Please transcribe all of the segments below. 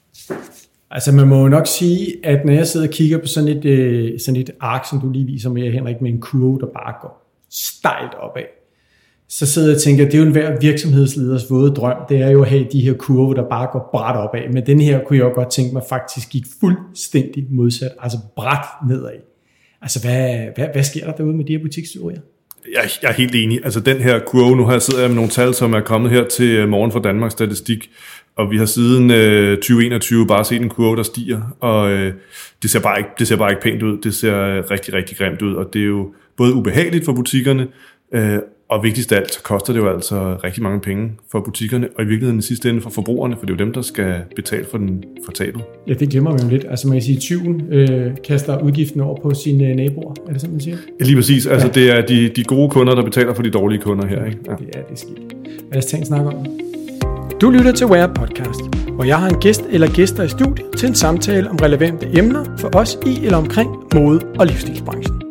Altså man må jo nok sige, at når jeg sidder og kigger på sådan et ark, som du lige viser med, Henrik, med en kurve, der bare går stejlt opad, så sidder jeg og tænker, at det er jo enhver virksomhedsleders våde drøm, det er jo at have de her kurver, der bare går brat opad. Men den her kunne jeg jo godt tænke mig faktisk gik fuldstændig modsat, altså brat nedad. Altså hvad sker der derude med de her butikstyverier? Jeg er helt enig. Altså den her kurve, nu har jeg siddet med nogle tal, som er kommet her til morgen fra Danmarks Statistik, og vi har siden 2021 bare set en kurve, der stiger, og det ser bare ikke pænt ud. Det ser rigtig, rigtig grimt ud, og det er jo både ubehageligt for butikkerne, og vigtigst af alt, så koster det jo altså rigtig mange penge for butikkerne, og i virkeligheden i sidste ende for forbrugerne, for det er jo dem, der skal betale for tabet. Ja, det glemmer vi jo lidt. Altså man kan sige, at tyven kaster udgiften over på sine naboer. Er det sådan, man siger? Ja, lige præcis. Altså det er de gode kunder, der betaler for de dårlige kunder her. Ikke? Ja. Det er skidt. Lad os tage en snak om det. Du lytter til Wear Podcast, hvor jeg har en gæst eller gæster i studiet til en samtale om relevante emner for os i eller omkring mode- og livsstilsbranchen.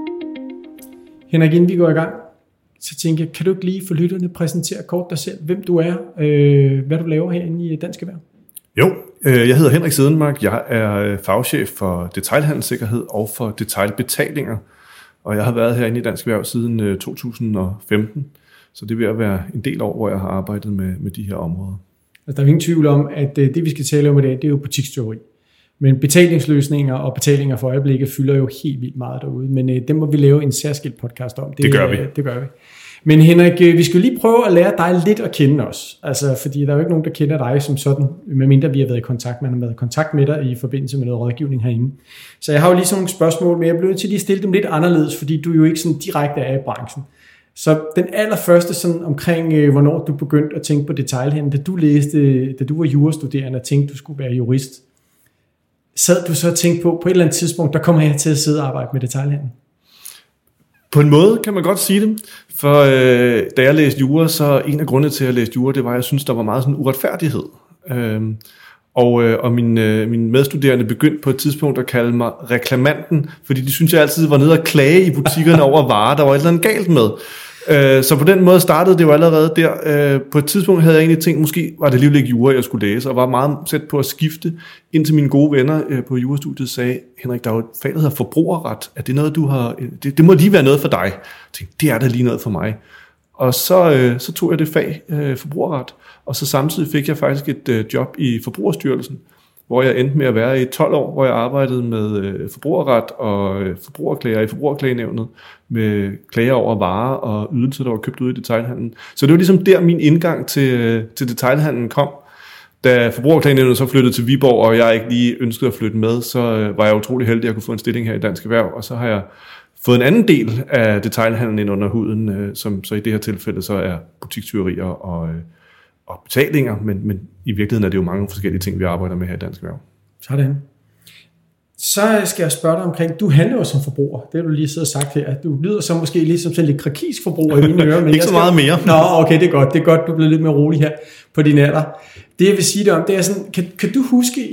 Henrik, inden vi går i gang, så tænker jeg, kan du ikke lige for lytterne præsentere kort dig selv, hvem du er, hvad du laver herinde i Dansk Erhverv? Jo, jeg hedder Henrik Sedenmark. Jeg er fagchef for detailhandelssikkerhed og for detailbetalinger, og jeg har været herinde i Dansk Erhverv siden 2015, så det er ved at være en del år, hvor jeg har arbejdet med de her områder. Altså, der er ingen tvivl om, at det vi skal tale om i dag, det er jo butikstyveri. Men betalingsløsninger og betalinger for øjeblikket fylder jo helt vildt meget derude. Men det må vi lave en særskilt podcast om. Det gør vi. Det gør vi. Men Henrik, vi skal lige prøve at lære dig lidt at kende os. Altså, fordi der er jo ikke nogen, der kender dig som sådan, medmindre vi har været i kontakt. Man har været i kontakt med dig i forbindelse med noget rådgivning herinde. Så jeg har jo lige sådan nogle spørgsmål, men jeg bliver nødt til lige at stille dem lidt anderledes, fordi du jo ikke sådan direkte er i branchen. Så den allerførste sådan omkring, hvornår du begyndte at tænke på detailhandel, da du var jurastuderende og tænkte, du skulle være jurist, sad du så og tænkte på et eller andet tidspunkt, der kommer jeg til at sidde og arbejde med detailhandel? På en måde kan man godt sige det, for da jeg læste jura, så en af grundene til at jeg læste jura, det var, at jeg synes, der var meget sådan uretfærdighed. Og min medstuderende begyndte på et tidspunkt at kalde mig reklamanten, fordi de synes jeg altid var nede og klage i butikkerne over varer, der var et eller andet galt med. Så på den måde startede det jo allerede der. På et tidspunkt havde jeg egentlig tænkt, måske var det alligevel ikke jura, jeg skulle læse, og var meget sæt på at skifte, indtil mine gode venner på jurastudiet sagde, Henrik, der er jo et fag, der hedder forbrugerret. Er det noget, du har? Det må lige være noget for dig. Jeg tænkte, det er da lige noget for mig. Og så tog jeg det fag, forbrugerret, og så samtidig fik jeg faktisk et job i Forbrugerstyrelsen, hvor jeg endte med at være i 12 år, hvor jeg arbejdede med forbrugerret og forbrugerklager i Forbrugerklagenævnet, med klager over varer og ydelser, der var købt ud i detailhandlen. Så det var ligesom der, min indgang til detailhandlen kom. Da Forbrugerklagenævnet så flyttede til Viborg, og jeg ikke lige ønskede at flytte med, så var jeg utrolig heldig, at jeg kunne få en stilling her i Dansk Erhverv, og så har jeg fået en anden del af detailhandlen ind under huden, som så i det her tilfælde så er butikstyverier og betalinger, men i virkeligheden er det jo mange forskellige ting, vi arbejder med her i Dansk Erhverv. Sådan. Så skal jeg spørge dig omkring, du handler jo som forbruger, det har du lige siddet og sagt her, du lyder så måske lige som sådan lidt krakisk forbruger i mine ører. Men ikke så meget mere. Nå, okay, det er godt, du er blevet lidt mere rolig her på din alder. Det jeg vil sige dig om, det er sådan, kan du huske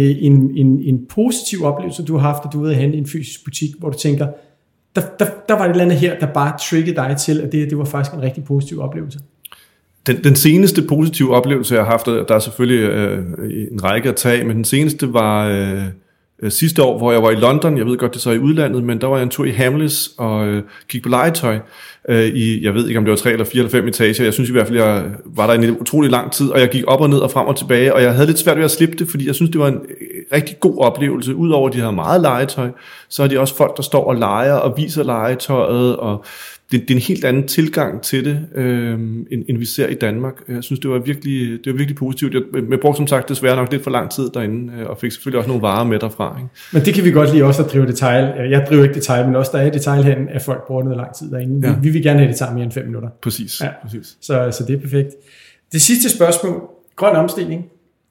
en positiv oplevelse, du har haft, at du er ude at handle i en fysisk butik, hvor du tænker, der var et eller andet her, der bare triggede dig til, at det var faktisk en rigtig positiv oplevelse? Den seneste positive oplevelse, jeg har haft, der er selvfølgelig en række at tage, men den seneste var sidste år, hvor jeg var i London. Jeg ved godt, det så i udlandet, men der var jeg en tur i Hamleys og kiggede på legetøj. Jeg ved ikke, om det var 3 eller 4 eller 5 etager. Jeg synes i hvert fald, jeg var der i en utrolig lang tid, og jeg gik op og ned og frem og tilbage, og jeg havde lidt svært ved at slippe det, fordi jeg synes, det var en rigtig god oplevelse. Udover at de havde meget legetøj, så er de også folk, der står og leger og viser legetøjet, og det er en helt anden tilgang til det, end vi ser i Danmark. Jeg synes, det var virkelig positivt. Jeg brugte som sagt desværre nok lidt for lang tid derinde, og fik selvfølgelig også nogle varer med derfra. Ikke? Men det kan vi godt lide også at drive detail. Jeg driver ikke detail, men også der er detailhandel, at folk bruger noget lang tid derinde. Ja. Vi vil gerne have det tager mere end 5 minutter. Præcis. Ja. Præcis. Så det er perfekt. Det sidste spørgsmål. Grøn omstilling.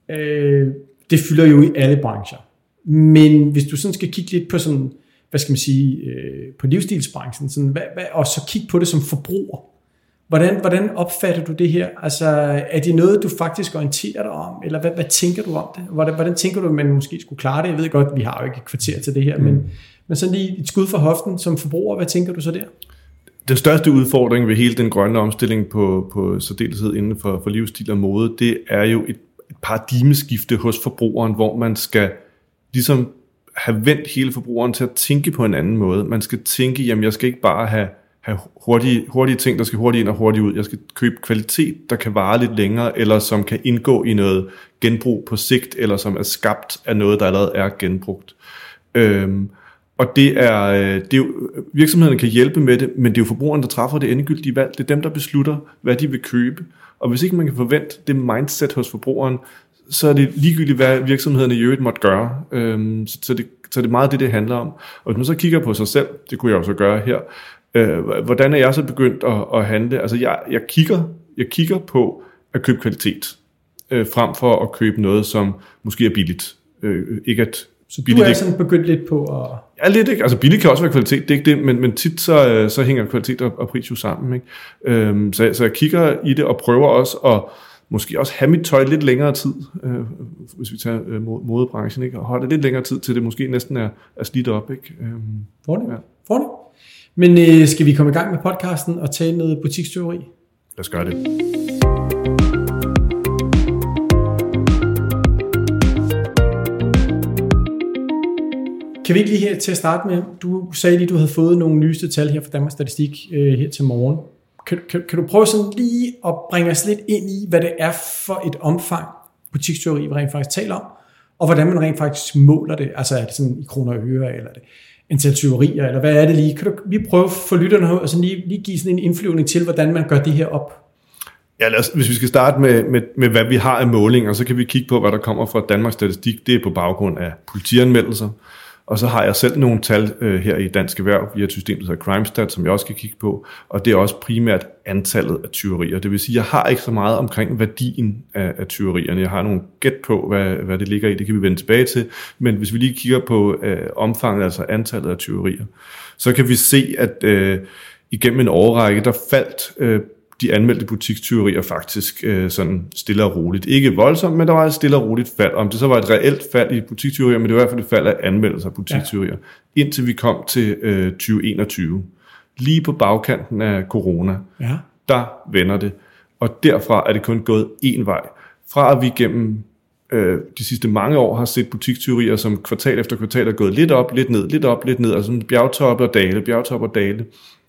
Det fylder jo i alle brancher. Men hvis du sådan skal kigge lidt på sådan, hvad skal man sige, på livsstilsbranchen, sådan, og så kigge på det som forbruger. Hvordan opfatter du det her? Altså, er det noget, du faktisk orienterer dig om? Eller hvad tænker du om det? Hvordan tænker du, at man måske skulle klare det? Jeg ved godt, vi har jo ikke et kvarter til det her, men sådan lige et skud for hoften som forbruger, hvad tænker du så der? Den største udfordring ved hele den grønne omstilling på særdeleshed inden for livsstil og mode, det er jo et et paradigmeskifte hos forbrugeren, hvor man skal ligesom have vendt hele forbrugeren til at tænke på en anden måde. Man skal tænke, jamen jeg skal ikke bare have hurtige ting, der skal hurtigt ind og hurtigt ud. Jeg skal købe kvalitet, der kan vare lidt længere, eller som kan indgå i noget genbrug på sigt, eller som er skabt af noget, der allerede er genbrugt. Og det er jo, virksomhederne kan hjælpe med det, men det er jo forbrugerne, der træffer det endegyldige valg. Det er dem, der beslutter, hvad de vil købe. Og hvis ikke man kan forvente det mindset hos forbrugeren, så er det ligegyldigt, hvad virksomhederne i øvrigt måtte gøre. Så det er meget det handler om. Og hvis man så kigger på sig selv, det kunne jeg også gøre her, hvordan er jeg så begyndt at handle? Altså jeg kigger på at købe kvalitet, frem for at købe noget, som måske er billigt. Ikke at så du er sådan begyndt lidt på at... Ja, lidt ikke. Altså billigt kan også være kvalitet, det er ikke det, men tit så hænger kvalitet og pris jo sammen. Ikke? Så jeg kigger i det og prøver også at måske også have mit tøj lidt længere tid, hvis vi tager modebranchen, ikke? Og holde lidt længere tid til det måske næsten er slidt op. Ikke? Får det. Men skal vi komme i gang med podcasten og tale noget butiksteori? Lad os gøre det. Kan vi ikke lige her til at starte med, du sagde lige, du havde fået nogle nyeste tal her fra Danmarks Statistik her til morgen. Kan du prøve sådan lige at bringe os lidt ind i, hvad det er for et omfang butiksteori, vi rent faktisk taler om, og hvordan man rent faktisk måler det? Altså er det sådan i kroner og øre, eller er det antal tyverier, eller hvad er det lige? Kan du lige prøve for lytterne her, og så lige give sådan en indflyvning til, hvordan man gør det her op? Ja, hvis vi skal starte med, hvad vi har af målinger, så kan vi kigge på, hvad der kommer fra Danmarks Statistik. Det er på baggrund af politianmeldelser. Og så har jeg selv nogle tal her i Dansk Erhverv via et system, der hedder CrimeStat, som jeg også skal kigge på. Og det er også primært antallet af tyverier. Det vil sige, at jeg har ikke så meget omkring værdien af tyverierne. Jeg har nogle gæt på, hvad det ligger i. Det kan vi vende tilbage til. Men hvis vi lige kigger på omfanget, altså antallet af tyverier, så kan vi se, at igennem en årrække, der faldt de anmeldte butikstyverier faktisk sådan stille og roligt. Ikke voldsomt, men der var et stille og roligt fald. Om det så var et reelt fald i butikstyverier, men det var i hvert fald et fald af anmeldelser af butikstyverier. Ja. Indtil vi kom til 2021. Lige på bagkanten af corona. Ja. Der vender det. Og derfra er det kun gået én vej. Fra at vi gennem de sidste mange år har set butikstyverier, som kvartal efter kvartal er gået lidt op, lidt ned, lidt op, lidt ned. Altså bjergtop og dale.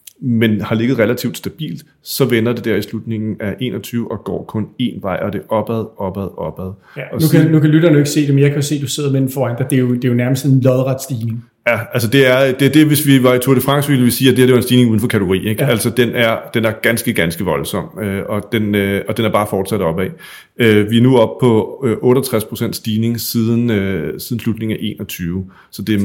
Men har ligget relativt stabilt, så vender det der i slutningen af 21 og går kun én vej, og det er opad. Ja, nu kan lytterne ikke se det, men jeg kan jo se, at du sidder med den foran dig. Det er jo nærmest en lodret stigning. Ja, altså det er hvis vi var i Tour de France, ville vi sige, at det var en stigning uden for kategori. Ikke? Ja. Altså den er ganske voldsom, og den er bare fortsat opad. Vi er nu oppe på 68% stigning siden slutningen af 21, så det er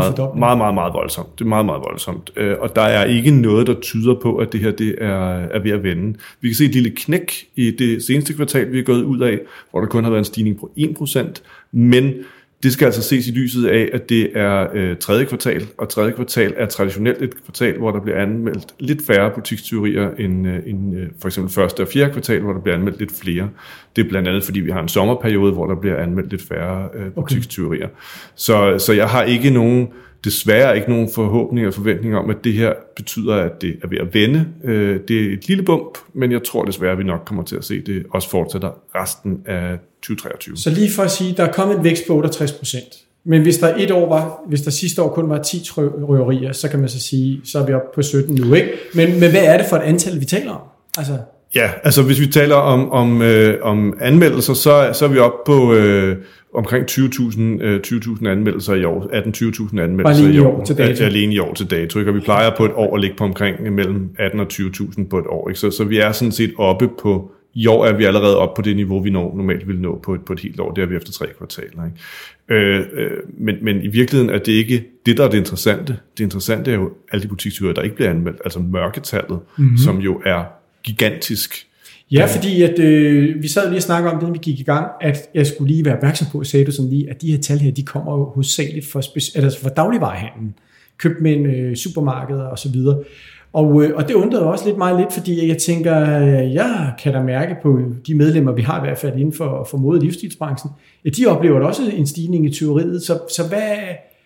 meget voldsomt. Det er meget voldsomt, og der er ikke noget, der tyder på, at det her det er ved at vende. Vi kan se et lille knæk i det seneste kvartal, vi er gået ud af, hvor der kun har været en stigning på 1%, men det skal altså ses i lyset af, at det er tredje kvartal, og tredje kvartal er traditionelt et kvartal, hvor der bliver anmeldt lidt færre butikstyverier end for eksempel første og fjerde kvartal, hvor der bliver anmeldt lidt flere. Det er blandt andet, fordi vi har en sommerperiode, hvor der bliver anmeldt lidt færre butikstyverier. Okay. Så jeg har desværre ikke nogen forhåbninger og forventninger om, at det her betyder, at det er ved at vende. Det er et lille bump, men jeg tror desværre, at vi nok kommer til at se det også fortsætter resten af 2023. Så lige for at sige, der er kommet en vækst på 68%. Men hvis der sidste år kun var 10 røverier, så kan man så sige, så er vi oppe på 17 nu, ikke? Men hvad er det for et antal, vi taler om? Altså... Ja, altså hvis vi taler om anmeldelser, så er vi oppe på omkring 20.000 anmeldelser i år. 18-20.000 anmeldelser i år. Alene i år til dato. Ikke? Og vi plejer på et år at ligge på omkring mellem 18 og 20.000 på et år. Ikke? Så vi er sådan set oppe på... I år er vi allerede oppe på det niveau, vi normalt ville nå på et helt år. Det er vi efter 3 kvartaler. Ikke? Men i virkeligheden er det ikke det, der er det interessante. Det interessante er jo alle de butikstyverier, der ikke bliver anmeldt. Altså mørketallet, som jo er gigantisk. Ja, fordi at, vi sad lige og snakkede om det, vi gik i gang, at jeg skulle lige være opmærksom på, sagde du sådan lige, at de her tal her, de kommer jo hovedsageligt for dagligvarehandlen, købt med en supermarkeder og så videre. Og det undrede også lidt, fordi jeg tænker, jeg kan da mærke på de medlemmer, vi har i hvert fald inden for mode- og livsstilsbranchen, at de oplever også en stigning i tyveriet. Så hvad,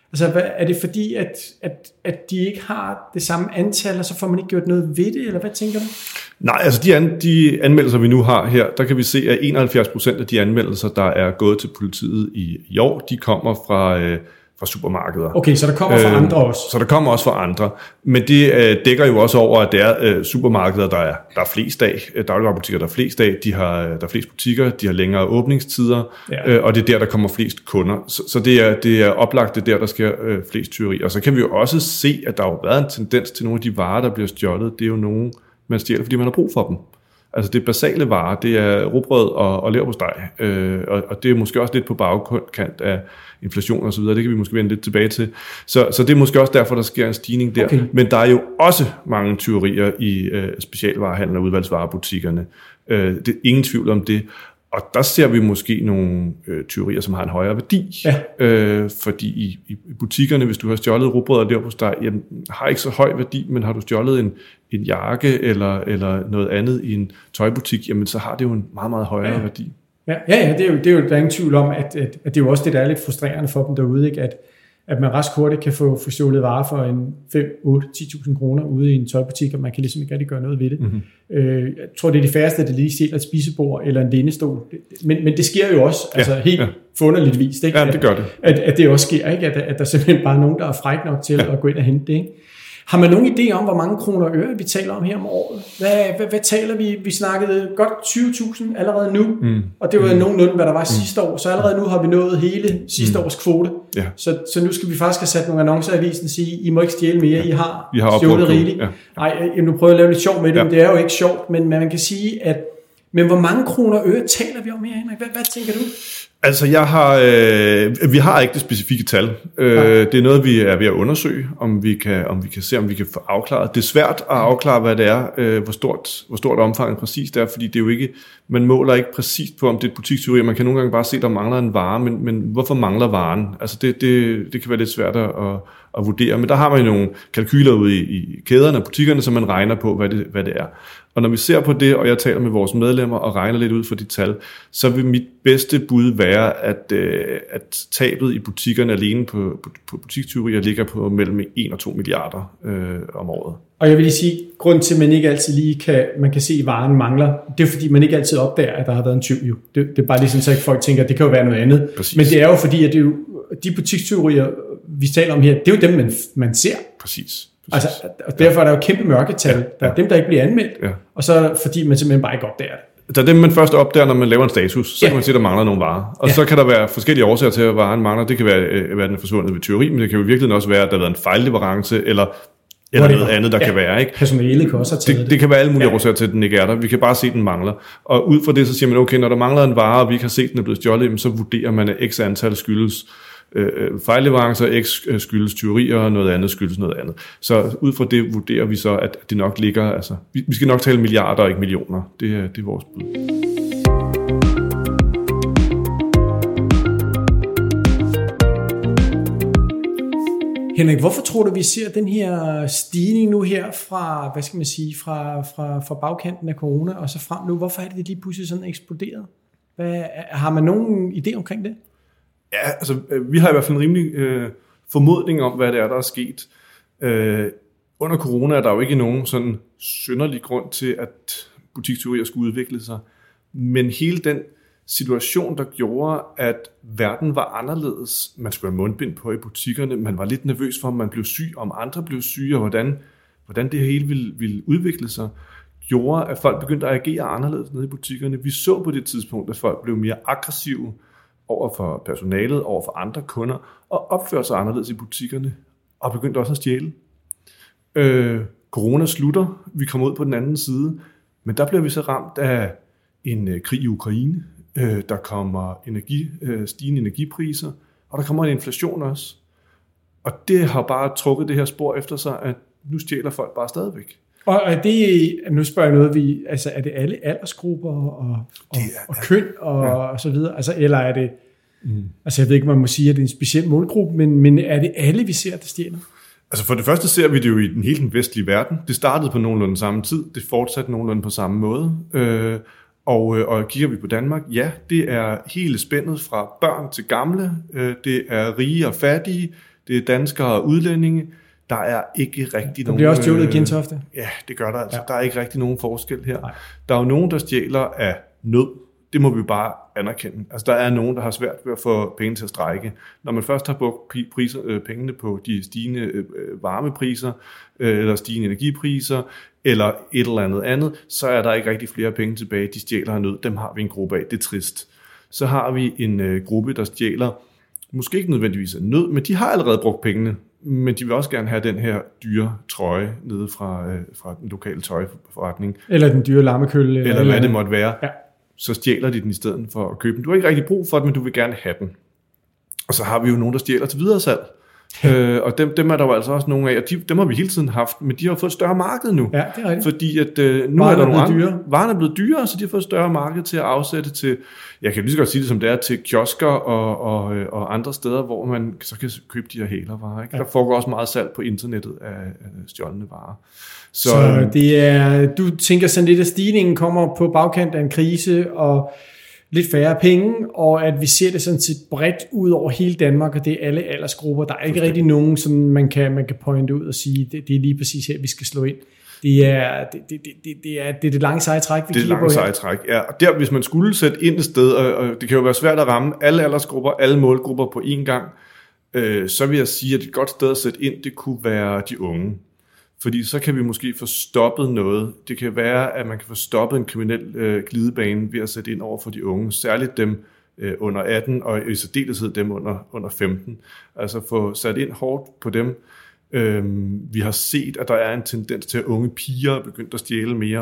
Altså, er det fordi, at de ikke har det samme antal, og så får man ikke gjort noget ved det, eller hvad tænker du? Nej, altså de anmeldelser, vi nu har her, der kan vi se, at 71% af de anmeldelser, der er gået til politiet i år, de kommer fra supermarkeder. Okay, så der kommer fra andre også. Så der kommer også fra andre. Men det dækker jo også over, at det er supermarkeder, der er flest af. Dagligvarebutikker, der er flest af. Der er flest butikker, de har længere åbningstider, og det er der kommer flest kunder. Så det er oplagt, det der sker flest tyverier. Og så kan vi jo også se, at der har været en tendens til nogle af de varer, der bliver stjålet. Det er jo nogle, man stjæler, fordi man har brug for dem. Altså det er basale varer, det er rugbrød og leverpostej, og det er måske også lidt på bagkant af inflation og så videre, det kan vi måske vende lidt tilbage til. Så det er måske også derfor, der sker en stigning der. Okay. Men der er jo også mange tyverier i specialvarehandel og udvalgsvarebutikkerne. Det er ingen tvivl om det. Og der ser vi måske nogle tyverier, som har en højere værdi. Ja. Fordi i butikkerne, hvis du har stjålet rugbrød og leverpostej, jamen, har ikke så høj værdi, men har du stjålet en jakke eller noget andet i en tøjbutik, jamen så har det jo en meget, meget højere værdi. Ja, det er jo der er ingen tvivl om, at det er jo også det, der er lidt frustrerende for dem derude, ikke? At man rask hurtigt kan få stjålet varer for en 5, 8, 10.000 kroner ude i en tøjbutik, og man kan ligesom ikke rigtig gøre noget ved det. Mm-hmm. Jeg tror, det er de færreste, der lige stjæler et spisebord eller en lænestol. Men det sker jo også, altså helt forunderligt vist, ikke? Ja, det gør det. At det også sker, ikke? At der simpelthen bare er nogen, der er fræk nok til at gå ind og hente det, ikke? Har man nogen idé om, hvor mange kroner og øre vi taler om her om året? Hvad taler vi? Vi snakkede godt 20.000 allerede nu, og det var nogenlunde, hvad der var sidste år. Så allerede nu har vi nået hele sidste års kvote. Ja. Så nu skal vi faktisk have sat nogle annoncer i avisen og sige, I må ikke stjæle mere, I har stjålet rigeligt. Ja. Nej, nu prøver jeg at lave lidt sjov med det, men det er jo ikke sjovt. Men man kan sige, at men hvor mange kroner og øre taler vi om her, Henrik? Hvad tænker du? Altså, vi har ikke det specifikke tal. Det er noget, vi er ved at undersøge, om vi kan se, om vi kan få afklaret. Det er svært at afklare, hvad det er, hvor stort omfanget præcis det er, fordi det er jo ikke, man måler ikke præcist på, om det er et butikstyveri. Man kan nogle gange bare se, at der mangler en vare, men hvorfor mangler varen? Altså, det kan være lidt svært at vurdere, men der har man jo nogle kalkyler ude i kæderne og butikkerne, så man regner på, hvad det er. Og når vi ser på det, og jeg taler med vores medlemmer og regner lidt ud for de tal, så vil mit bedste bud være, at tabet i butikkerne alene på butikstyverier ligger på mellem 1 og 2 milliarder om året. Og jeg vil lige sige, grund til, at man ikke altid man kan se, at varen mangler, det er fordi, man ikke altid opdager, at der har været en tyv. Det er bare ligesom, så ikke folk tænker, at det kan jo være noget andet. Præcis. Men det er jo fordi, at det er jo, de butikstyverier, vi taler om her, det er jo dem, man ser. Præcis. Altså, og derfor er der jo kæmpe mørketal. Der er dem, der ikke bliver anmeldt, og så fordi man simpelthen bare ikke opdager det. Der er dem, man først opdager, når man laver en status. Så kan man se, at der mangler nogle varer. Og så kan der være forskellige årsager til, at varen mangler. Det kan være, at den er forsvundet ved tyveri, men det kan jo virkelig også være, at der har været en fejlleverance, eller noget andet, der kan være. Ikke? Personalet kan også have taget det kan være alle mulige årsager til, at den ikke er der. Vi kan bare se, at den mangler. Og ud fra det, så siger man, okay, når der mangler en vare, og vi ikke har set, at den er blevet stjålet, så vurderer man, at x antal skyldes fejlleverancer, x skyldes tyverier, og noget andet skyldes noget andet. Så ud fra det vurderer vi så, at det nok ligger, altså, vi skal nok tale milliarder og ikke millioner. Det er vores bud. Henrik, hvorfor tror du, vi ser den her stigning nu her fra, hvad skal man sige, fra bagkanten af corona og så frem nu? Hvorfor er det lige pludselig sådan eksploderet? Har man nogen idé omkring det? Ja, altså vi har i hvert fald en rimelig formodning om, hvad det er, der er sket. Under corona er der jo ikke nogen sådan synderlig grund til, at butikstyverier skulle udvikle sig. Men hele den situation, der gjorde, at verden var anderledes. Man skulle have mundbind på i butikkerne. Man var lidt nervøs for, om man blev syg, om andre blev syge, og hvordan det hele ville udvikle sig, gjorde, at folk begyndte at agere anderledes nede i butikkerne. Vi så på det tidspunkt, at folk blev mere aggressive over for personalet, over for andre kunder, og opførte sig anderledes i butikkerne, og begyndte også at stjæle. Corona slutter, vi kommer ud på den anden side, men der bliver vi så ramt af en krig i Ukraine, der kommer stigende energipriser, og der kommer en inflation også. Og det har bare trukket det her spor efter sig, at nu stjæler folk bare stadigvæk. Og er det, nu spørger jeg noget, altså er det alle aldersgrupper og køn og så videre? Altså, eller er det, altså jeg ved ikke, man må sige, at det er en speciel målgruppe, men er det alle, vi ser, der stjæler? Altså for det første ser vi det jo i hele den vestlige verden. Det startede på nogenlunde samme tid, det fortsatte nogenlunde på samme måde. Og kigger vi på Danmark, ja, det er hele spændet fra børn til gamle, det er rige og fattige, Det er danskere og udlændinge. Der er ikke rigtig nogen... Der bliver også stjålet i Gentofte. Ja, det gør der altså. Ja. Der er ikke rigtig nogen forskel her. Nej. Der er jo nogen, der stjæler af nød. Det må vi bare anerkende. Altså, der er nogen, der har svært ved at få penge til at strække. Når man først har brugt pengene på de stigende varmepriser, eller stigende energipriser, eller et eller andet, så er der ikke rigtig flere penge tilbage. De stjæler af nød. Dem har vi en gruppe af. Det er trist. Så har vi en gruppe, der stjæler, måske ikke nødvendigvis af nød, men de har allerede brugt pengene. Men de vil også gerne have den her dyre trøje nede fra den lokale tøjforretning. Eller den dyre lammekølle. Eller hvad det måtte være. Ja. Så stjæler de den i stedet for at købe den. Du har ikke rigtig brug for den, men du vil gerne have den. Og så har vi jo nogen, der stjæler til videresalg. Og dem er der jo altså også nogle af, og dem har vi hele tiden haft, men de har fået et større marked nu. Ja, det er rigtigt. Fordi at nu er der nogle andre. Varerne er blevet dyrere, så de har fået et større marked til at afsætte til, jeg kan lige så godt sige det som det er, til kiosker og andre steder, hvor man så kan købe de her hælervarer. Ikke? Ja. Der foregår også meget salg på internettet af stjålne varer. Så det er, du tænker sådan lidt, at stigningen kommer på bagkant af en krise, og lidt færre penge, og at vi ser det sådan set bredt ud over hele Danmark, og det er alle aldersgrupper. Der er ikke rigtig nogen, som man kan pointe ud og sige, det er lige præcis her, vi skal slå ind. Det er det lange seje træk, vi kigger på her. Det er lange seje træk, ja. Og der, hvis man skulle sætte ind et sted, og det kan jo være svært at ramme alle aldersgrupper, alle målgrupper på én gang, så vil jeg sige, at et godt sted at sætte ind, det kunne være de unge. Fordi så kan vi måske få stoppet noget. Det kan være, at man kan få stoppet en kriminel glidebane ved at sætte ind over for de unge. Særligt dem under 18, og i særdeleshed dem under 15. Altså få sat ind hårdt på dem. Vi har set, at der er en tendens til, at unge piger er begyndt at stjæle mere,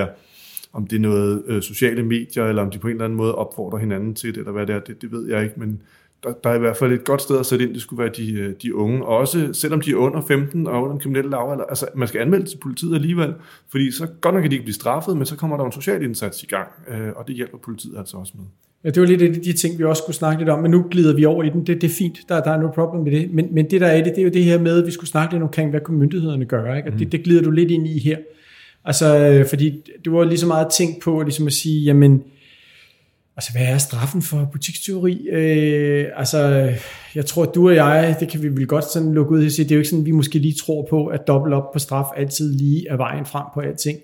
om det er noget sociale medier, eller om de på en eller anden måde opfordrer hinanden til det, eller hvad det er, det ved jeg ikke, men der er i hvert fald et godt sted at sætte ind, det skulle være de unge, også selvom de er under 15 og under den kriminelle lavalder. Altså, man skal anmelde til politiet alligevel, fordi så godt nok kan de ikke blive straffet, men så kommer der en social indsats i gang, og det hjælper politiet altså også med. Ja, det var lidt af de ting, vi også skulle snakke lidt om, men nu glider vi over i den. Det er fint, der er no problem med det. Men det der er det er jo det her med, at vi skulle snakke lidt omkring, hvad myndighederne gør, ikke? Og det glider du lidt ind i her. Altså, fordi du var lige så meget tænkt på, ligesom at sige, jamen, altså, hvad er straffen for butikstyveri? Jeg tror, at du og jeg, det kan vi vel godt sådan lukke ud og sige, det er jo ikke sådan, vi måske lige tror på, at dobbelt op på straf altid lige er vejen frem på alting.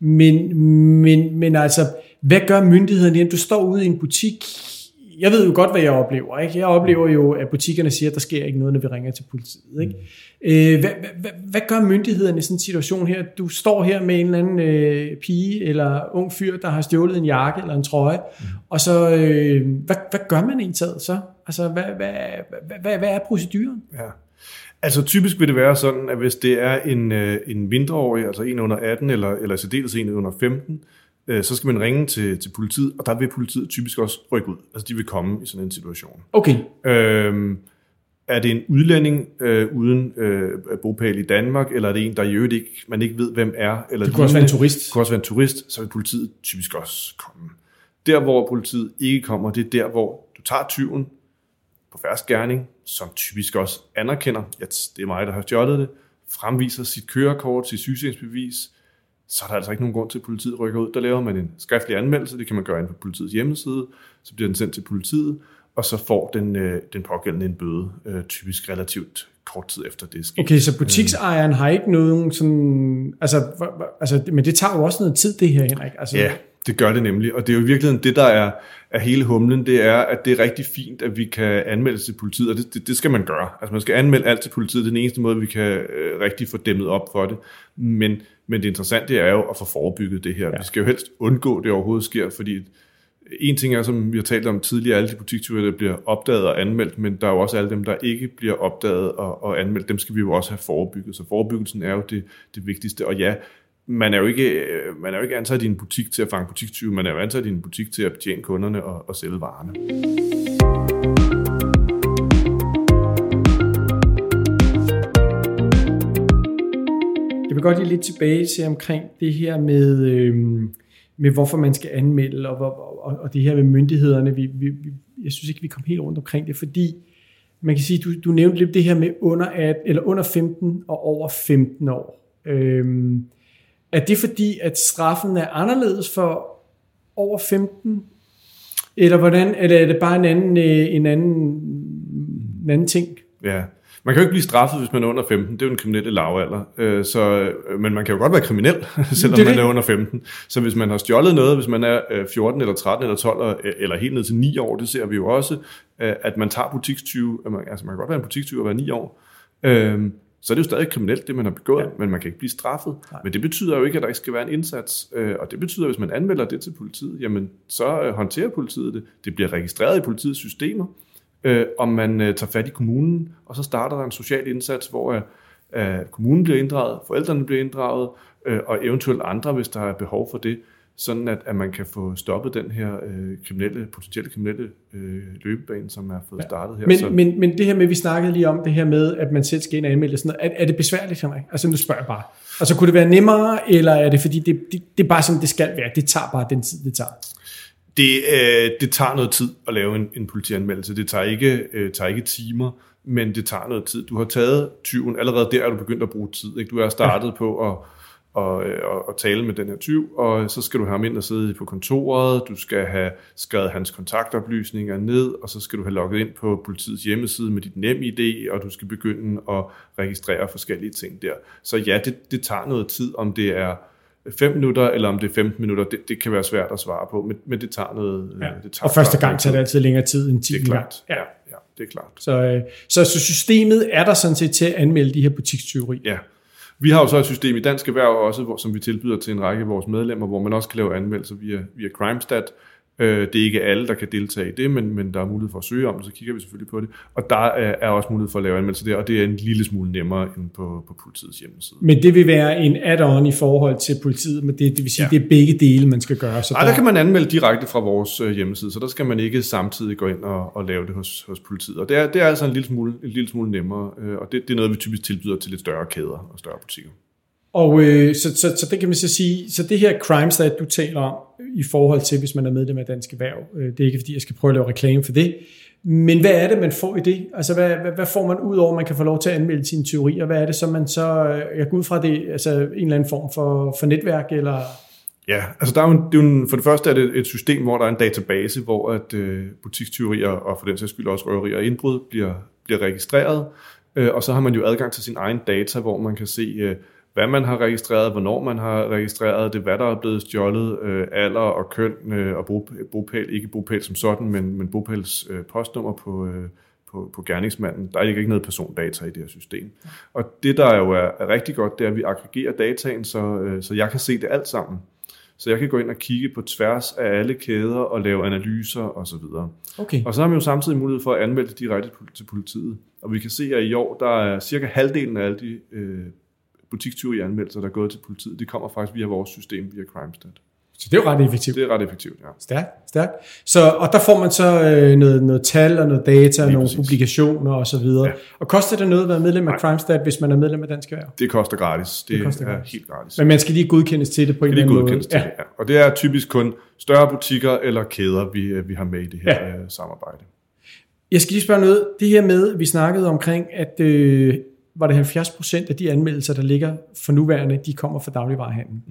Men altså, hvad gør myndighederne? Du står ude i en butik. Jeg ved jo godt, hvad jeg oplever. Ikke? Jeg oplever jo, at butikkerne siger, at der sker ikke noget, når vi ringer til politiet. Ikke? Hvad gør myndighederne i sådan en situation her? Du står her med en eller anden pige eller ung fyr, der har stjålet en jakke eller en trøje, og så, hvad gør man egentlig så? Altså, hvad er proceduren? Ja. Altså typisk vil det være sådan, at hvis det er en mindreårig, altså en under 18 eller særdeles en under 15, så skal man ringe til politiet, og der vil politiet typisk også rykke ud. Altså de vil komme i sådan en situation. Okay. Er det en udlænding uden bopæl i Danmark, eller er det en, der i øvrigt ikke, man ikke ved, hvem er? Eller det kunne også være en turist. Det kunne også være en turist, så vil politiet typisk også komme. Der, hvor politiet ikke kommer, det er der, hvor du tager tyven på fersk gerning, som typisk også anerkender, at det er mig, der har stjålet det, fremviser sit kørekort, sit sygesikringsbevis, så er der altså ikke nogen grund til, at politiet rykker ud. Der laver man en skriftlig anmeldelse, det kan man gøre inde på politiets hjemmeside, så bliver den sendt til politiet, og så får den pågældende en bøde, typisk relativt kort tid efter det sker. Okay, så butiksejeren har ikke nogen sådan, altså, men det tager jo også noget tid, det her, Henrik. Altså, ja, det gør det nemlig, og det er jo i virkeligheden det, der er hele humlen, det er, at det er rigtig fint, at vi kan anmelde til politiet, og det skal man gøre. Altså man skal anmelde alt til politiet, det er den eneste måde, vi kan rigtig få dæmmet op for det. Men det interessante er jo at få forebygget det her. Ja. Vi skal jo helst undgå, at det overhovedet sker, fordi en ting er, som vi har talt om tidligere, alle de butikstyve, der bliver opdaget og anmeldt, men der er jo også alle dem, der ikke bliver opdaget og anmeldt. Dem skal vi jo også have forebygget. Så forebyggelsen er jo det vigtigste. Og ja, man er jo ikke ansat i en butik til at fange butikstyve, man er jo ansat i en butik til at betjene kunderne og sælge varerne. Jeg vil godt lige lidt tilbage til omkring det her med hvorfor man skal anmelde, og det her med myndighederne. Jeg synes ikke, vi kom helt rundt omkring det, fordi man kan sige, du nævnte lidt det her med under 15 og over 15 år. Er det fordi, at straffen er anderledes for over 15? Eller hvordan? Eller er det bare en anden ting? Ja, Man kan jo ikke blive straffet, hvis man er under 15. Det er jo en kriminelle lavalder. Men man kan jo godt være kriminel, selvom man er under 15. Så hvis man har stjålet noget, hvis man er 14 eller 13 eller 12 eller helt ned til 9 år, det ser vi jo også, at man tager butikstyve. Altså man kan godt være en butikstyve og være 9 år. Så er det jo stadig kriminelt, det man har begået, men man kan ikke blive straffet. Nej. Men det betyder jo ikke, at der ikke skal være en indsats. Og det betyder, at hvis man anmelder det til politiet, jamen så håndterer politiet det. Det bliver registreret i politiets systemer, og man tager fat i kommunen, og så starter der en social indsats, hvor kommunen bliver inddraget, forældrene bliver inddraget, og eventuelt andre, hvis der er behov for det, sådan at man kan få stoppet den her potentielle kriminelle løbebane, som er fået startet her. Men det her med, vi snakkede lige om det her med, at man selv skal ind og anmelde sådan noget, er det besværligt, Henrik? Altså nu spørger jeg bare. Altså kunne det være nemmere, eller er det fordi, det er bare sådan, det skal være? Det tager bare den tid, det tager. Det tager noget tid at lave en politianmeldelse. Det tager ikke timer, men det tager noget tid. Du har taget tyven, allerede der er du begyndt at bruge tid. Ikke? Du er startet på at tale med den her tyv, og så skal du have ham ind og sidde på kontoret, du skal have skrevet hans kontaktoplysninger ned, og så skal du have logget ind på politiets hjemmeside med dit NemID, og du skal begynde at registrere forskellige ting der. Så ja, det tager noget tid, om det er 5 minutter, eller om det er 15 minutter, det kan være svært at svare på, men det tager noget... Ja. Det tager og første gang tager det altid længere tid end 10 gange. Det er klart, ja, det er klart. Så systemet er der sådan set til at anmelde de her butikstyveri? Ja. Vi har jo så et system i Dansk Erhverv også, som vi tilbyder til en række af vores medlemmer, hvor man også kan lave anmeldelser via CrimeStat. Det er ikke alle, der kan deltage i det, men der er mulighed for at søge om det, så kigger vi selvfølgelig på det. Og der er også mulighed for at lave anmeldelser der, og det er en lille smule nemmere end på politiets hjemmeside. Men det vil være en add-on i forhold til politiet, men det vil sige, det er begge dele, man skal gøre. Så der kan man anmelde direkte fra vores hjemmeside, så der skal man ikke samtidig gå ind og lave det hos politiet. Og det er altså en lille smule nemmere, og det er noget, vi typisk tilbyder til lidt større kæder og større butikker. Og så det kan man så sige, så det her CrimeStat, du taler om, i forhold til, hvis man er medlem af Dansk Erhverv, det er ikke fordi, jeg skal prøve at lave reklame for det, men hvad er det, man får i det? Altså, hvad får man ud over, man kan få lov til at anmelde sine teorier? Hvad er det, som man så, jeg går ud fra det, altså en eller anden form for netværk, eller... Ja, altså for det første er det et system, hvor der er en database, hvor at butikstyverier og for den sags skyld også røverier og indbrud bliver registreret, og så har man jo adgang til sin egen data, hvor man kan se... hvad man har registreret, hvornår man har registreret det, hvad der er blevet stjålet, alder og køn og bopæl, ikke bopæl som sådan, men bopæls postnummer på gerningsmanden. Der er ikke noget persondata i det her system. Og det, der jo er rigtig godt, det er, at vi aggregerer dataen, så jeg kan se det alt sammen. Så jeg kan gå ind og kigge på tværs af alle kæder og lave analyser osv. Okay. Og så har vi jo samtidig mulighed for at anmelde det direkte til politiet. Og vi kan se, at i år, der er cirka halvdelen af alle de butikstyveri-anmeldelser, der er gået til politiet, det kommer faktisk via vores system, via CrimeStat. Så det er jo ret effektivt. Det er ret effektivt, ja. Stærkt. Og der får man så noget tal og noget data og nogle publikationer og så videre. Ja. Og koster det noget at være medlem af CrimeStat, hvis man er medlem af Dansk Erhverv? Det koster gratis. Det er helt gratis. Men man skal lige godkendes til det på en eller anden måde. Ja. Og det er typisk kun større butikker eller kæder, vi har med i det her samarbejde. Jeg skal lige spørge noget. Det her med, vi snakkede omkring, at var det 70% af de anmeldelser, der ligger for nuværende, de kommer fra dagligvarehandlen.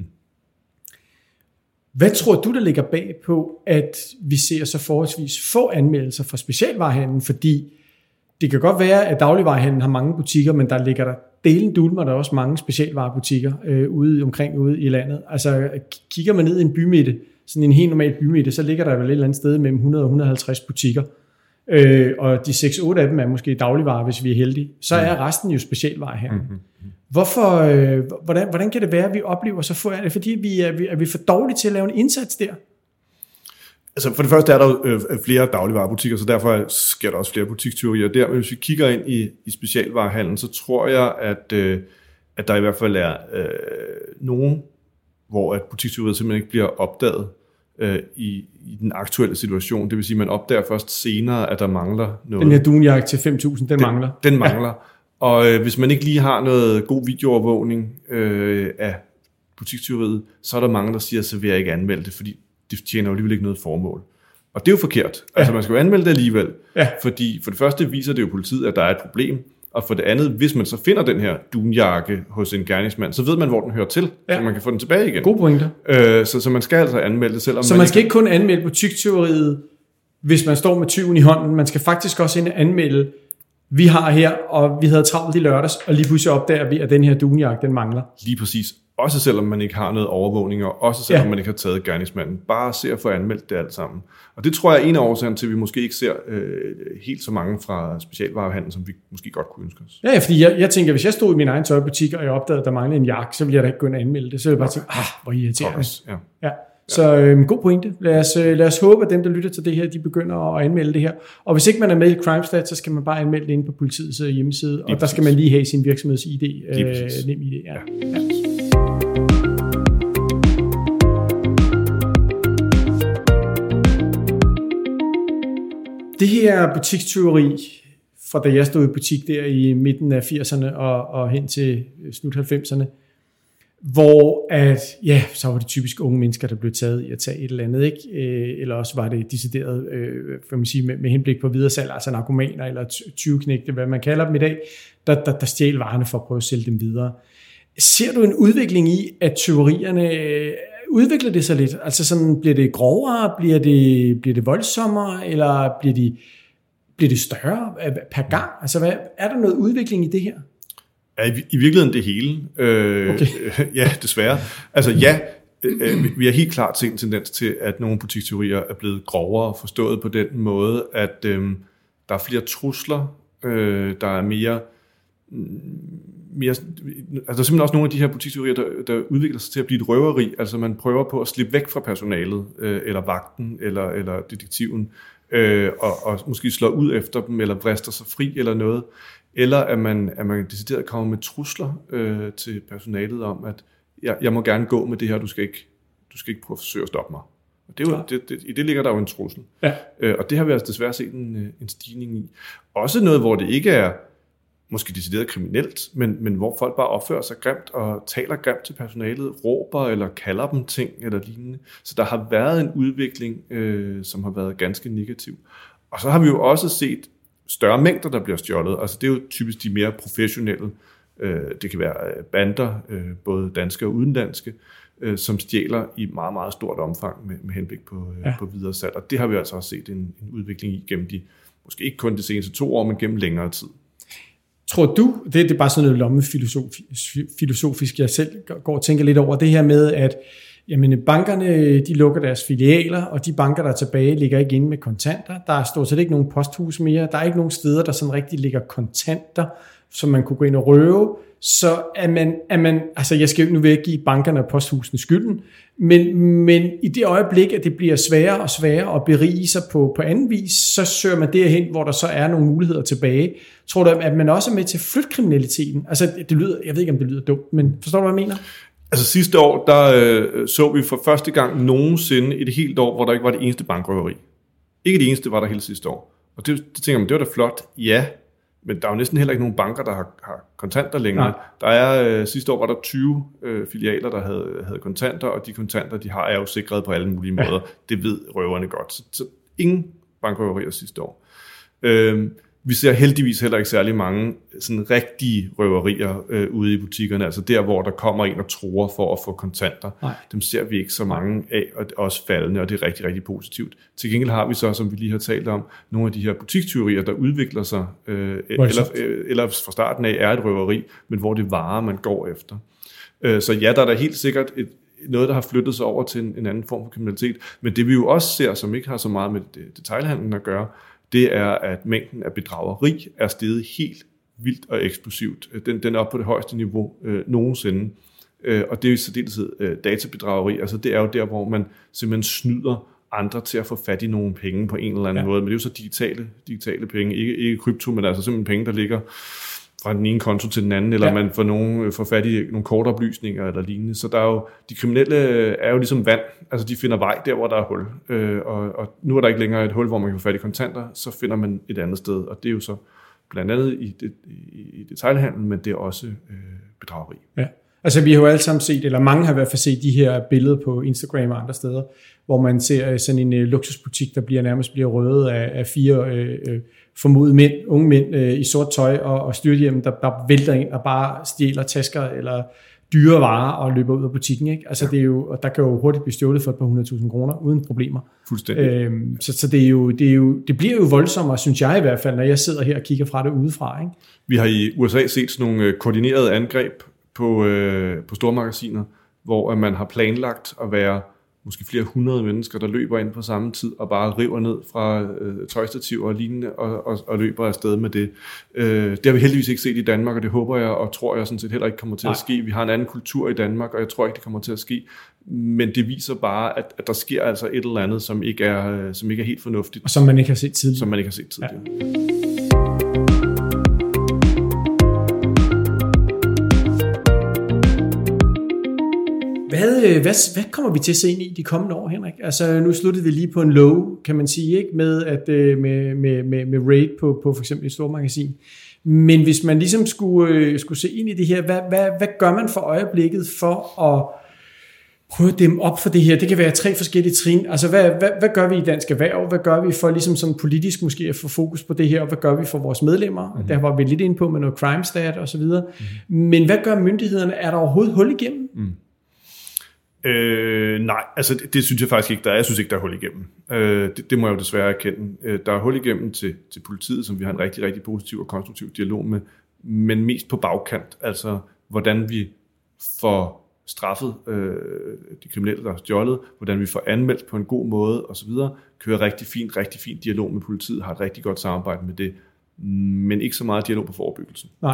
Hvad tror du, der ligger bag på, at vi ser så forholdsvis få anmeldelser fra specialvarehandlen? Fordi det kan godt være, at dagligvarehandlen har mange butikker, men der ligger der delen dulmer der også mange specialvarebutikker ude i landet. Altså kigger man ned i en bymidte, sådan en helt normal bymidte, så ligger der vel et eller andet sted mellem 100 og 150 butikker. Og de 6-8 af dem er måske dagligvarer, hvis vi er heldige. Så er resten jo specialvarehandel. Hvordan kan det være, at vi oplever så få? Er det fordi, er vi for dårlige til at lave en indsats der? Altså for det første er der jo flere dagligvarebutikker, så derfor sker der også flere butikstyverier der. Men hvis vi kigger ind i specialvarehandlen, så tror jeg, at der i hvert fald er nogen, hvor at butikstyveriet simpelthen ikke bliver opdaget i den aktuelle situation. Det vil sige, at man opdager først senere, at der mangler noget. Den her dunjakke til 5.000, den mangler. Den mangler. Og hvis man ikke lige har noget god videoovervågning af butikstyveriet, så er der mange, der siger, så vil jeg ikke anmelde det, fordi det tjener jo alligevel ikke noget formål. Og det er jo forkert. Altså man skal jo anmelde det alligevel. Fordi for det første viser det jo politiet, at der er et problem. Og for det andet, hvis man så finder den her dunjakke hos en gerningsmand, så ved man, hvor den hører til, så man kan få den tilbage igen. God pointe. Så man skal altså anmelde det, selvom så man skal ikke kun anmelde butikstyveriet, hvis man står med tyven i hånden. Man skal faktisk også ind og anmelde vi har her, og vi havde travlt i lørdags, og lige pludselig opdager vi, at den her dunjagt, den mangler. Lige præcis. Også selvom man ikke har noget overvågning, og også selvom man ikke har taget gerningsmanden. Bare se at få anmeldt det alt sammen. Og det tror jeg er en af årsagerne til, at vi måske ikke ser helt så mange fra specialvarehandel, som vi måske godt kunne ønske os. Ja, fordi jeg tænker, hvis jeg stod i min egen tøjbutik, og jeg opdagede, at der manglede en jakke, så ville jeg da ikke gå ind og anmelde det. Så ville jeg bare tænke, hvor irriterende. Ja. Så god pointe. Lad os håbe, at dem, der lytter til det her, de begynder at anmelde det her. Og hvis ikke man er med i CrimeStat, så skal man bare anmelde det inde på politiets hjemmeside, og der skal man lige have sin virksomheds-ID, nem ID. Ja. Det her butikstyveri, fra da jeg stod i butik der i midten af 80'erne og hen til slut 90'erne, hvor så var det typisk unge mennesker, der blev taget i at tage et eller andet, ikke? Eller også var det decideret, med henblik på videresalg, altså narkomaner eller 20-knægte, hvad man kalder dem i dag, der stjæl varerne for at prøve at sælge dem videre. Ser du en udvikling i, at tyverierne udvikler det sig lidt? Altså sådan, bliver det grovere, bliver det voldsommere, eller bliver det større per gang? Altså, er der noget udvikling i det her? Ja, i virkeligheden det hele. Okay. Ja, desværre. Altså vi har helt klart set en tendens til, at nogle butikstyverier er blevet grovere, forstået på den måde, at der er flere trusler, der er mere, altså der er simpelthen også nogle af de her butikstyverier, der udvikler sig til at blive et røveri. Altså man prøver på at slippe væk fra personalet, eller vagten, eller detektiven, og måske slår ud efter dem, eller vrister sig fri, eller noget. Eller at man decideret kommer med trusler til personalet om, at jeg må gerne gå med det her, du skal ikke prøve at forsøge at stoppe mig. Og det er jo, i det ligger der jo en trussel. Ja. Og det har vi altså desværre set en stigning i. Også noget, hvor det ikke er måske decideret kriminelt, men hvor folk bare opfører sig grimt og taler grimt til personalet, råber eller kalder dem ting eller lignende. Så der har været en udvikling, som har været ganske negativ. Og så har vi jo også set større mængder, der bliver stjålet. Altså det er jo typisk de mere professionelle. Det kan være bander, både danske og udenlandske, som stjæler i meget, meget stort omfang med henblik på videre salg. Og det har vi altså også set en udvikling i gennem måske ikke kun de seneste 2 år, men gennem længere tid. Tror du, det er bare sådan noget lommefilosofisk, jeg selv går og tænker lidt over, det her med, at jamen, bankerne de lukker deres filialer, og de banker, der er tilbage, ligger ikke inde med kontanter. Der er stort set ikke nogen posthus mere. Der er ikke nogen steder, der sådan rigtig ligger kontanter, som man kunne gå ind og røve. Så er man altså nu vil jeg ikke give bankerne og posthusene skylden, men i det øjeblik, at det bliver sværere og sværere at berige sig på anden vis, så søger man derhen, hvor der så er nogle muligheder tilbage. Tror du, at man også er med til at flytte kriminaliteten? Altså, jeg ved ikke, om det lyder dumt, men forstår du, hvad jeg mener? Altså sidste år, der så vi for første gang nogensinde et helt år, hvor der ikke var det eneste bankrøveri. Ikke det eneste var der hele sidste år. Og det tænker man, det var da flot, ja. Men der er jo næsten heller ikke nogen banker, der har kontanter længere. Nej. Der er sidste år var der 20 filialer, der havde kontanter, og de kontanter, de har, er jo sikret på alle mulige måder. Det ved røverne godt. Så ingen bankrøverier sidste år. Vi ser heldigvis heller ikke særlig mange sådan rigtige røverier ude i butikkerne, altså der, hvor der kommer en og truer for at få kontanter. Nej. Dem ser vi ikke så mange af, og også faldende, og det er rigtig, rigtig positivt. Til gengæld har vi så, som vi lige har talt om, nogle af de her butikstyverier, der udvikler sig, eller fra starten af er et røveri, men hvor det varer, man går efter. Så ja, der er da helt sikkert noget, der har flyttet sig over til en anden form for kriminalitet, men det vi jo også ser, som ikke har så meget med detailhandlen at gøre, det er, at mængden af bedrageri er steget helt vildt og eksplosivt. Den er oppe på det højeste niveau nogensinde. Og det er i særdeleshed databedrageri. Altså det er jo der, hvor man simpelthen snyder andre til at få fat i nogle penge på en eller anden måde. Men det er jo så digitale penge. Ikke krypto, men altså simpelthen penge, der ligger fra den ene konto til den anden, eller man får fat i nogle kortoplysninger eller lignende. Så der er jo, de kriminelle er jo ligesom vand, altså de finder vej der, hvor der er hul. Og nu er der ikke længere et hul, hvor man kan få fat i kontanter, så finder man et andet sted, og det er jo så blandt andet i detailhandlen, men det er også bedrageri. Ja. Altså vi har jo alle sammen set, eller mange har i hvert fald set de her billeder på Instagram og andre steder, hvor man ser sådan en luksusbutik, der nærmest bliver røvet af 4 formodede unge mænd i sort tøj og styrthjem, der vælter ind og bare stjæler tasker eller dyre varer og løber ud af butikken, ikke? Altså det er jo, og der kan jo hurtigt blive stjålet for et par 100.000 kroner uden problemer. Fuldstændig. Så det bliver jo voldsommere, synes jeg i hvert fald, når jeg sidder her og kigger fra det udefra, ikke? Vi har i USA set sådan nogle koordinerede angreb på stormagasiner, hvor man har planlagt at være måske flere 100 mennesker, der løber ind på samme tid og bare river ned fra tøjstativer og lignende og løber afsted med det. Det har vi heldigvis ikke set i Danmark, og det håber jeg og tror jeg sådan set heller ikke kommer til at ske. Vi har en anden kultur i Danmark, og jeg tror ikke, det kommer til at ske. Men det viser bare, at der sker altså et eller andet, som ikke er helt fornuftigt. Og som man ikke har set tidligere. Ja. Hvad kommer vi til at se ind i de kommende år, Henrik? Altså nu sluttede vi lige på en low, kan man sige, ikke, med at med raid på for eksempel et stormagasin. Men hvis man ligesom skulle se ind i det her, hvad gør man for øjeblikket for at prøve at dæmme op for det her? Det kan være 3 forskellige trin. Altså hvad gør vi i Dansk Erhverv? Hvad gør vi for ligesom sådan politisk måske at få fokus på det her? Og hvad gør vi for vores medlemmer? Mm-hmm. Der var vi lidt inde på med noget crime stat og så videre. Mm-hmm. Men hvad gør myndighederne? Er der overhovedet hul igennem? Mm. Nej, altså det synes jeg faktisk ikke, der er. Jeg synes ikke, der er hul igennem. Det må jeg jo desværre erkende. Der er hul igennem til politiet, som vi har en rigtig, rigtig positiv og konstruktiv dialog med, men mest på bagkant. Altså, hvordan vi får straffet de kriminelle, der har stjålet, hvordan vi får anmeldt på en god måde osv. Kører rigtig fin dialog med politiet, har et rigtig godt samarbejde med det, men ikke så meget dialog på forebyggelsen. Nej.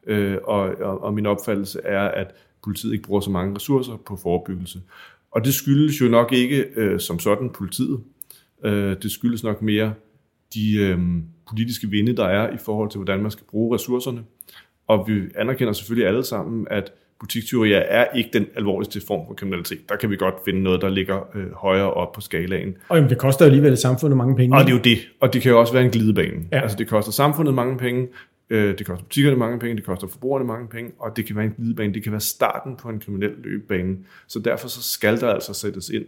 Og min opfattelse er, at politiet ikke bruger så mange ressourcer på forebyggelse. Og det skyldes jo nok ikke som sådan politiet. Det skyldes nok mere de politiske vinde, der er i forhold til, hvordan man skal bruge ressourcerne. Og vi anerkender selvfølgelig alle sammen, at butikstyverier er ikke den alvorligste form for kriminalitet. Der kan vi godt finde noget, der ligger højere op på skalaen. Og jamen, det koster alligevel samfundet mange penge. Og det er jo det. Og det kan jo også være en glidebane. Ja. Altså det koster samfundet mange penge, det koster butikkerne mange penge, det koster forbrugerne mange penge, og det kan være en glidebane, det kan være starten på en kriminel løbebane. Så derfor så skal der altså sættes ind.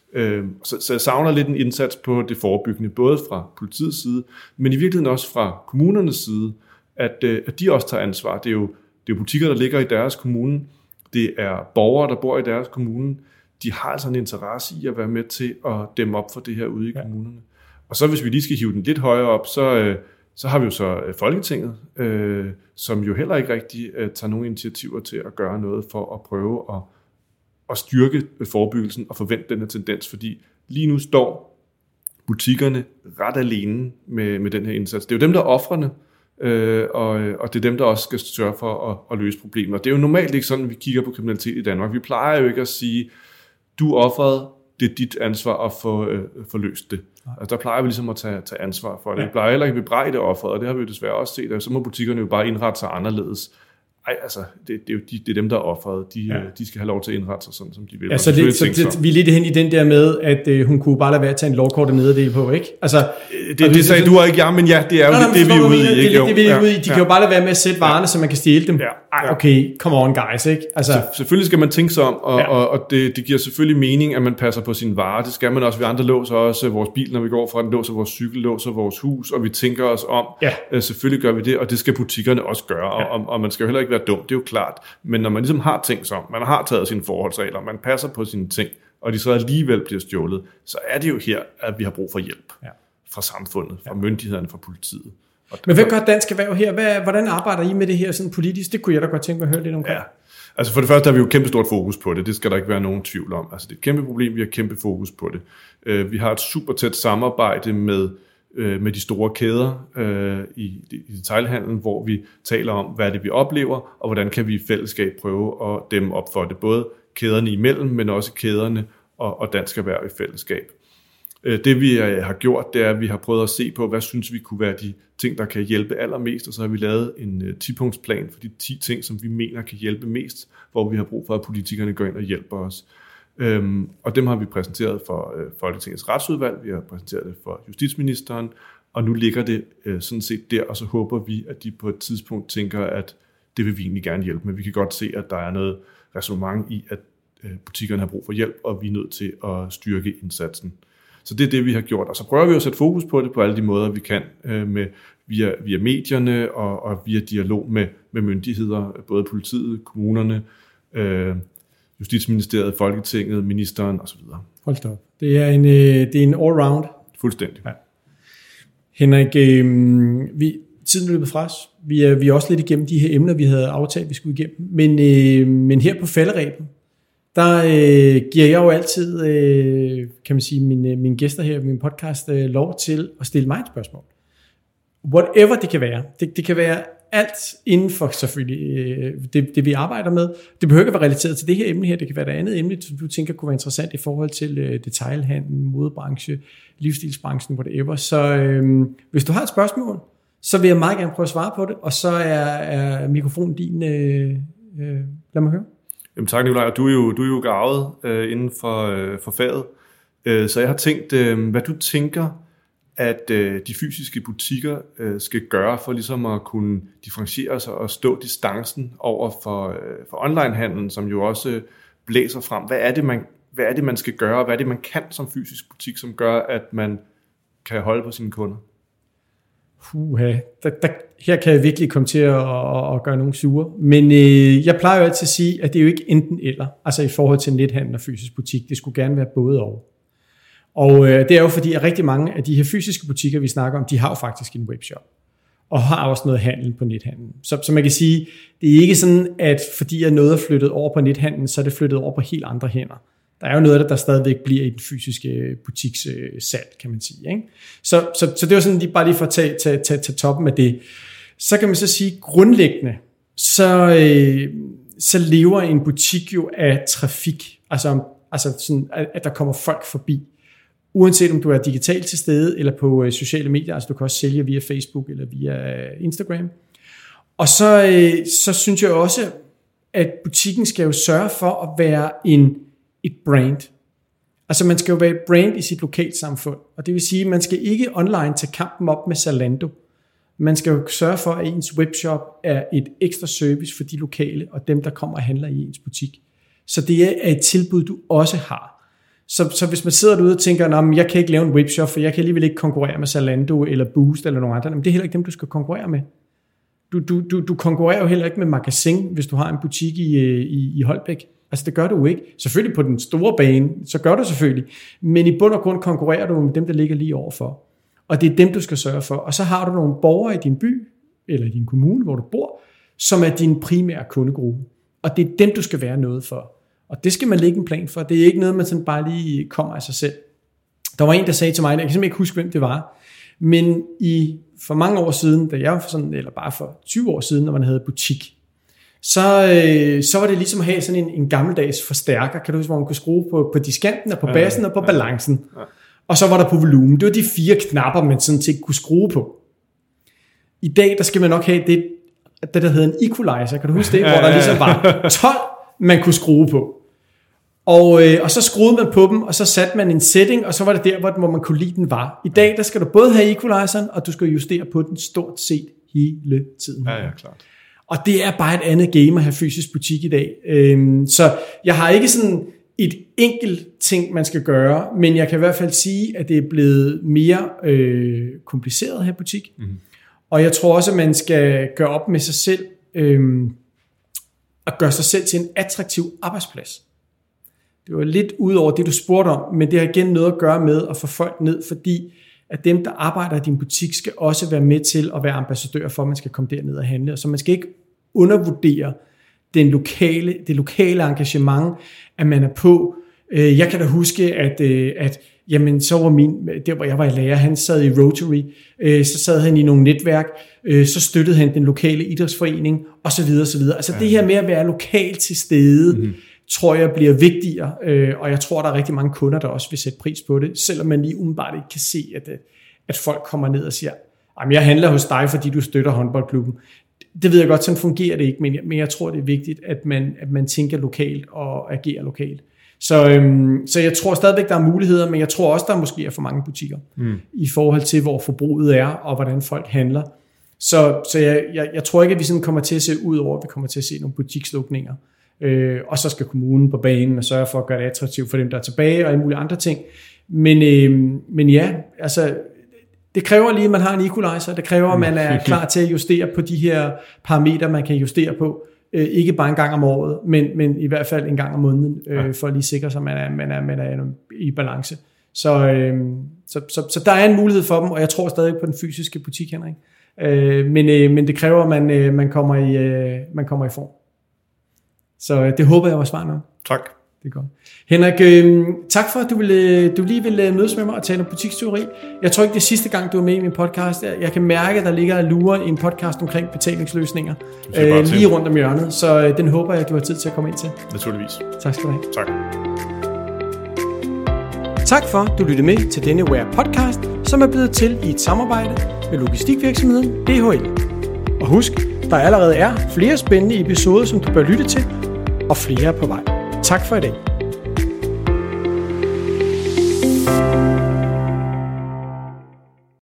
Så jeg savner lidt en indsats på det forebyggende, både fra politiets side, men i virkeligheden også fra kommunernes side, at de også tager ansvar. Det er jo butikker, der ligger i deres kommune, det er borgere, der bor i deres kommune, de har altså en interesse i at være med til at dæmme op for det her ude i kommunerne. Og så hvis vi lige skal hive den lidt højere op, så har vi jo så Folketinget, som jo heller ikke rigtig tager nogen initiativer til at gøre noget for at prøve at styrke forebyggelsen og forvente den her tendens, fordi lige nu står butikkerne ret alene med den her indsats. Det er jo dem, der er ofrene, og det er dem, der også skal sørge for at løse problemer. Det er jo normalt ikke sådan, vi kigger på kriminalitet i Danmark. Vi plejer jo ikke at sige, du er offeret, det er dit ansvar at få løst det. Altså, der plejer vi ligesom at tage ansvar for det. Ja. Vi plejer heller ikke at bebrejde offeret, og det har vi jo desværre også set. Så må butikkerne jo bare indrette sig anderledes. Ej, altså, det er dem, der er offeret. De skal have lov til at indrette sig sådan, som de vil. Ja, så vi er lidt hen i den der med, at hun kunne bare lade være at tage en lovkort nederdel på, ikke? Altså, det sagde du og ikke jeg, men ja, det er jo det, vi er ude i. Det er det, vi er ude i. De kan jo bare lade være med at sætte varerne, så man kan stjæle dem. Ej, okay, come on guys, ikke? Altså, selvfølgelig skal man tænke sig om, og det giver selvfølgelig mening, at man passer på sine varer. Det skal man også. Vi andre låser også vores bil, når vi går fra den, låser vores cykel, låser vores hus, og vi tænker os om. Selvfølgelig gør vi det, og det skal butikkerne også gøre, og man skal jo heller ikke være dum, det er jo klart. Men når man ligesom har tænkt sig om, man har taget sine forholdsregler, man passer på sine ting, og de så alligevel bliver stjålet, så er det jo her, at vi har brug for hjælp fra samfundet, fra myndighederne, fra politiet. Men hvad gør Dansk Erhverv her? Hvordan arbejder I med det her sådan politisk? Det kunne jeg da godt tænke mig at høre lidt omkring. Ja. Altså for det første har vi jo kæmpe stort fokus på det. Det skal der ikke være nogen tvivl om. Altså det er et kæmpe problem, vi har kæmpe fokus på det. Vi har et super tæt samarbejde med de store kæder i detailhandlen, hvor vi taler om, hvad det vi oplever, og hvordan kan vi i fællesskab prøve at dæmme op for det. Både kæderne imellem, men også kæderne og Dansk Erhverv i fællesskab. Det vi har gjort, det er, at vi har prøvet at se på, hvad synes vi kunne være de ting, der kan hjælpe allermest, og så har vi lavet en 10-punktsplan for de 10 ting, som vi mener kan hjælpe mest, hvor vi har brug for, at politikerne går ind og hjælper os. Og dem har vi præsenteret for Folketingets retsudvalg, vi har præsenteret det for justitsministeren, og nu ligger det sådan set der, og så håber vi, at de på et tidspunkt tænker, at det vil vi egentlig gerne hjælpe med. Vi kan godt se, at der er noget ræsonnement i, at butikkerne har brug for hjælp, og vi er nødt til at styrke indsatsen. Så det er det, vi har gjort. Og så prøver vi at sætte fokus på det på alle de måder, vi kan, via medierne og via dialog med myndigheder, både politiet, kommunerne, Justitsministeriet, Folketinget, ministeren osv. Hold da op. Det er en all-round. Fuldstændig. Ja. Henrik, tiden er løbet fra os. Vi er også lidt igennem de her emner, vi havde aftalt, vi skulle igennem. Men her på falderebet, der giver jeg jo altid, kan man sige, mine gæster her i min podcast lov til at stille mig et spørgsmål. Whatever det kan være. Det kan være alt inden for selvfølgelig det vi arbejder med. Det behøver ikke at være relateret til det her emne her. Det kan være et andet emne, som du tænker kunne være interessant i forhold til detailhandel, modebranche, livsstilsbranchen, whatever. Så hvis du har et spørgsmål, så vil jeg meget gerne prøve at svare på det, og så er mikrofonen din. Lad mig høre. Jamen tak, Nikolaj. Du er jo garvet inden for faget. Så jeg har tænkt, hvad du tænker, at de fysiske butikker skal gøre for ligesom at kunne differentiere sig og stå distancen over for onlinehandlen, som jo også blæser frem. Hvad er det, man skal gøre, og hvad er det, man kan som fysisk butik, som gør, at man kan holde på sine kunder? Her kan jeg virkelig komme til at gøre nogen sure. Men jeg plejer jo altid at sige, at det er jo ikke enten eller. Altså i forhold til nethandel og fysisk butik. Det skulle gerne være både og. Og det er jo fordi, at rigtig mange af de her fysiske butikker, vi snakker om, de har jo faktisk en webshop. Og har også noget handel på nethandlen. Så man kan sige, det er ikke sådan, at fordi at noget er flyttet over på nethandlen, så er det flyttet over på helt andre hænder. Der er jo noget, der stadigvæk bliver i den fysiske butiks salg, kan man sige. Ikke? Så det var sådan bare lige for at tage toppen af det. Så kan man så sige, grundlæggende, så lever en butik jo af trafik. Altså sådan, at der kommer folk forbi. Uanset om du er digitalt til stede, eller på sociale medier, altså du kan også sælge via Facebook, eller via Instagram. Og så synes jeg også, at butikken skal jo sørge for at være et brand. Altså man skal jo være et brand i sit lokalsamfund, og det vil sige, at man skal ikke online tage kampen op med Zalando. Man skal jo sørge for, at ens webshop er et ekstra service for de lokale, og dem, der kommer og handler i ens butik. Så det er et tilbud, du også har. Så hvis man sidder derude og tænker, jeg kan ikke lave en webshop, for jeg kan alligevel ikke konkurrere med Zalando eller Boost eller nogen andre, men det er heller ikke dem, du skal konkurrere med. Du konkurrerer jo heller ikke med Magasin, hvis du har en butik i Holbæk. Altså det gør du jo ikke. Selvfølgelig på den store bane, så gør du selvfølgelig. Men i bund og grund konkurrerer du med dem, der ligger lige overfor. Og det er dem, du skal sørge for. Og så har du nogle borgere i din by, eller i din kommune, hvor du bor, som er din primære kundegruppe. Og det er dem, du skal være noget for. Og det skal man lægge en plan for. Det er ikke noget, man sådan bare lige kommer af sig selv. Der var en, der sagde til mig, jeg kan simpelthen ikke huske, hvem det var, men for mange år siden, da jeg var sådan, eller bare for 20 år siden, når man havde butik, så var det ligesom at have sådan en gammeldags forstærker, kan du huske, hvor man kunne skrue på diskanten og på bassen og på balancen. Og så var der på volumen. Det var de 4 knapper, man sådan set kunne skrue på. I dag, der skal man nok have det der hedder en equalizer, kan du huske det? Hvor der ligesom var 12, man kunne skrue på. Og så skruede man på dem, og så satte man en setting, og så var det der, hvor man kunne lide den var. I dag, der skal du både have equalizeren, og du skal justere på den stort set hele tiden. Ja, klart. Og det er bare et andet game at have fysisk butik i dag. Så jeg har ikke sådan et enkelt ting, man skal gøre, men jeg kan i hvert fald sige, at det er blevet mere kompliceret at have butik. Mm-hmm. Og jeg tror også, at man skal gøre op med sig selv, og gøre sig selv til en attraktiv arbejdsplads. Det var lidt ud over det, du spurgte om, men det har igen noget at gøre med at få folk ned, fordi at dem, der arbejder i din butik, skal også være med til at være ambassadør for, at man skal komme derned og handle. Så man skal ikke undervurdere det lokale engagement, at man er på. Jeg kan da huske, at jamen, så var der hvor jeg var i lærer, han sad i Rotary, så sad han i nogle netværk, så støttede han den lokale idrætsforening, og så videre, så videre. Altså det her med at være lokalt til stede, tror jeg bliver vigtigere, og jeg tror, der er rigtig mange kunder, der også vil sætte pris på det, selvom man lige umiddelbart ikke kan se, at folk kommer ned og siger, jamen jeg handler hos dig, fordi du støtter håndboldklubben. Det ved jeg godt, sådan fungerer det ikke, men jeg tror, det er vigtigt, at man tænker lokalt og agerer lokalt. Så jeg tror stadigvæk, der er muligheder, men jeg tror også, der måske er for mange butikker i forhold til, hvor forbruget er, og hvordan folk handler. Så jeg tror ikke, at vi sådan kommer til at se ud over, at vi kommer til at se nogle butikslukninger. Og så skal kommunen på banen og sørge for at gøre det attraktivt for dem, der er tilbage, og alle mulige andre ting. Men ja, altså det kræver lige, at man har en equalizer. Det kræver, at man er klar til at justere på de her parametre, man kan justere på. Ikke bare en gang om året, men i hvert fald en gang om måneden, for at lige sikre sig, at man er i balance. Så der er en mulighed for dem, og jeg tror stadig på den fysiske butik, Henrik. Men det kræver, at man kommer i form. Så det håber jeg var svar nok. Tak. Det er godt. Henrik, tak for, at du lige vil mødes med mig og tale om butiksteori. Jeg tror ikke, det er sidste gang, du er med i min podcast. Jeg kan mærke, at der ligger og lurer i en podcast omkring betalingsløsninger lige rundt om hjørnet. Så den håber jeg, du har tid til at komme ind til. Naturligvis. Tak skal du have. Tak. Tak for, at du lyttede med til denne Where podcast, som er blevet til i et samarbejde med logistikvirksomheden DHL. Og husk, der allerede er flere spændende episoder, som du bør lytte til, og flere er på vej. Tak for i dag.